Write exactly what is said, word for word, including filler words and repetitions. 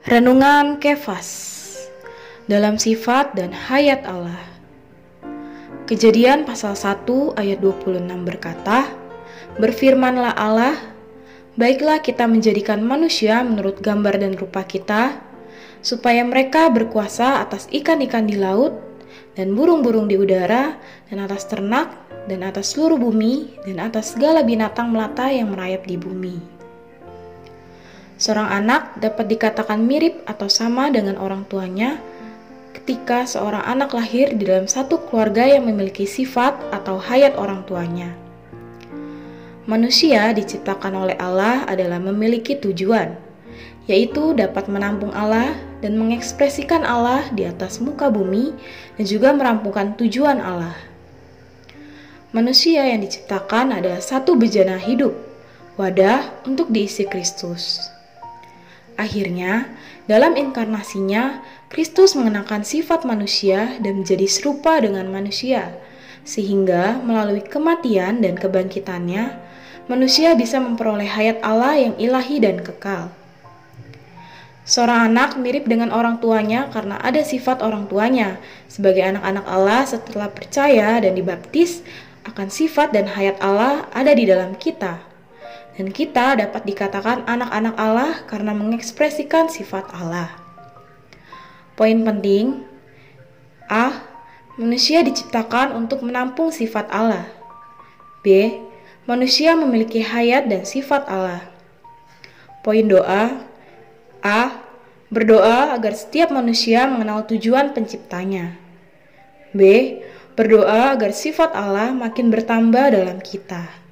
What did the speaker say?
Renungan Kefas dalam sifat dan hayat Allah. Kejadian pasal satu ayat dua puluh enam berkata, "Berfirmanlah Allah, baiklah kita menjadikan manusia menurut gambar dan rupa kita, supaya mereka berkuasa atas ikan-ikan di laut, dan burung-burung di udara, dan atas ternak, dan atas seluruh bumi, dan atas segala binatang melata yang merayap di bumi." Seorang anak dapat dikatakan mirip atau sama dengan orang tuanya ketika seorang anak lahir di dalam satu keluarga yang memiliki sifat atau hayat orang tuanya. Manusia diciptakan oleh Allah adalah memiliki tujuan, yaitu dapat menampung Allah dan mengekspresikan Allah di atas muka bumi dan juga merampungkan tujuan Allah. Manusia yang diciptakan adalah satu bejana hidup, wadah untuk diisi Kristus. Akhirnya, dalam inkarnasinya, Kristus mengenakan sifat manusia dan menjadi serupa dengan manusia, sehingga melalui kematian dan kebangkitannya, manusia bisa memperoleh hayat Allah yang ilahi dan kekal. Seorang anak mirip dengan orang tuanya karena ada sifat orang tuanya. Sebagai anak-anak Allah setelah percaya dan dibaptis, akan sifat dan hayat Allah ada di dalam kita. Dan kita dapat dikatakan anak-anak Allah karena mengekspresikan sifat Allah. Poin penting: A. Manusia diciptakan untuk menampung sifat Allah. B. Manusia memiliki hayat dan sifat Allah. Poin doa: A. Berdoa agar setiap manusia mengenal tujuan penciptanya. B. Berdoa agar sifat Allah makin bertambah dalam kita.